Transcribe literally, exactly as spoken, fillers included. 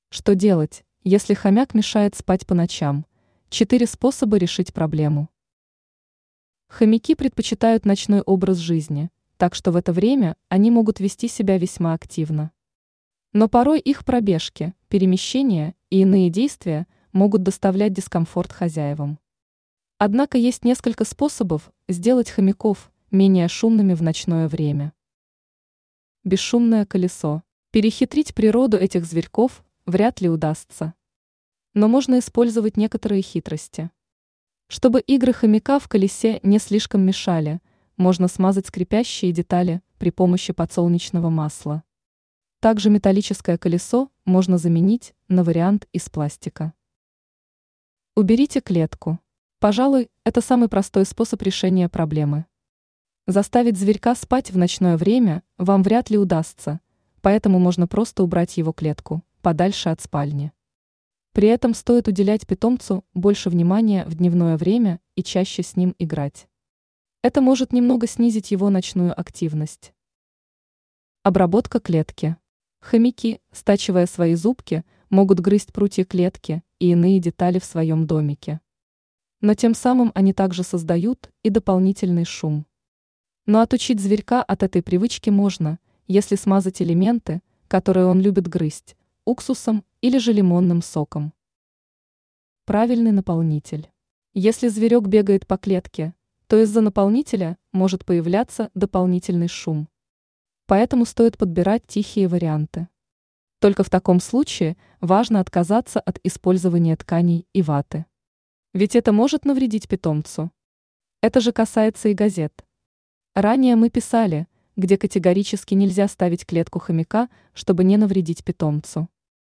Что делать, если хомяк мешает спать по ночам? Четыре способа решить проблему. Хомяки предпочитают ночной образ жизни, так что в это время они могут вести себя весьма активно. Но порой их пробежки, перемещения и иные действия могут доставлять дискомфорт хозяевам. Однако есть несколько способов сделать хомяков менее шумными в ночное время. Бесшумное колесо. Перехитрить природу этих зверьков вряд ли удастся. Но можно использовать некоторые хитрости. Чтобы игры хомяка в колесе не слишком мешали, можно смазать скрипящие детали при помощи подсолнечного масла. Также металлическое колесо можно заменить на вариант из пластика. Уберите клетку. Пожалуй, это самый простой способ решения проблемы. Заставить зверька спать в ночное время вам вряд ли удастся, поэтому можно просто убрать его клетку подальше от спальни. При этом стоит уделять питомцу больше внимания в дневное время и чаще с ним играть. Это может немного снизить его ночную активность. Обработка клетки. Хомяки, стачивая свои зубки, могут грызть прутья клетки и иные детали в своем домике. Но тем самым они также создают и дополнительный шум. Но отучить зверька от этой привычки можно, если смазать элементы, которые он любит грызть, уксусом или же лимонным соком. Правильный наполнитель. Если зверек бегает по клетке, то из-за наполнителя может появляться дополнительный шум. Поэтому стоит подбирать тихие варианты. Только в таком случае важно отказаться от использования тканей и ваты. Ведь это может навредить питомцу. Это же касается и газет. Ранее мы писали, где категорически нельзя ставить клетку хомяка, чтобы не навредить питомцу.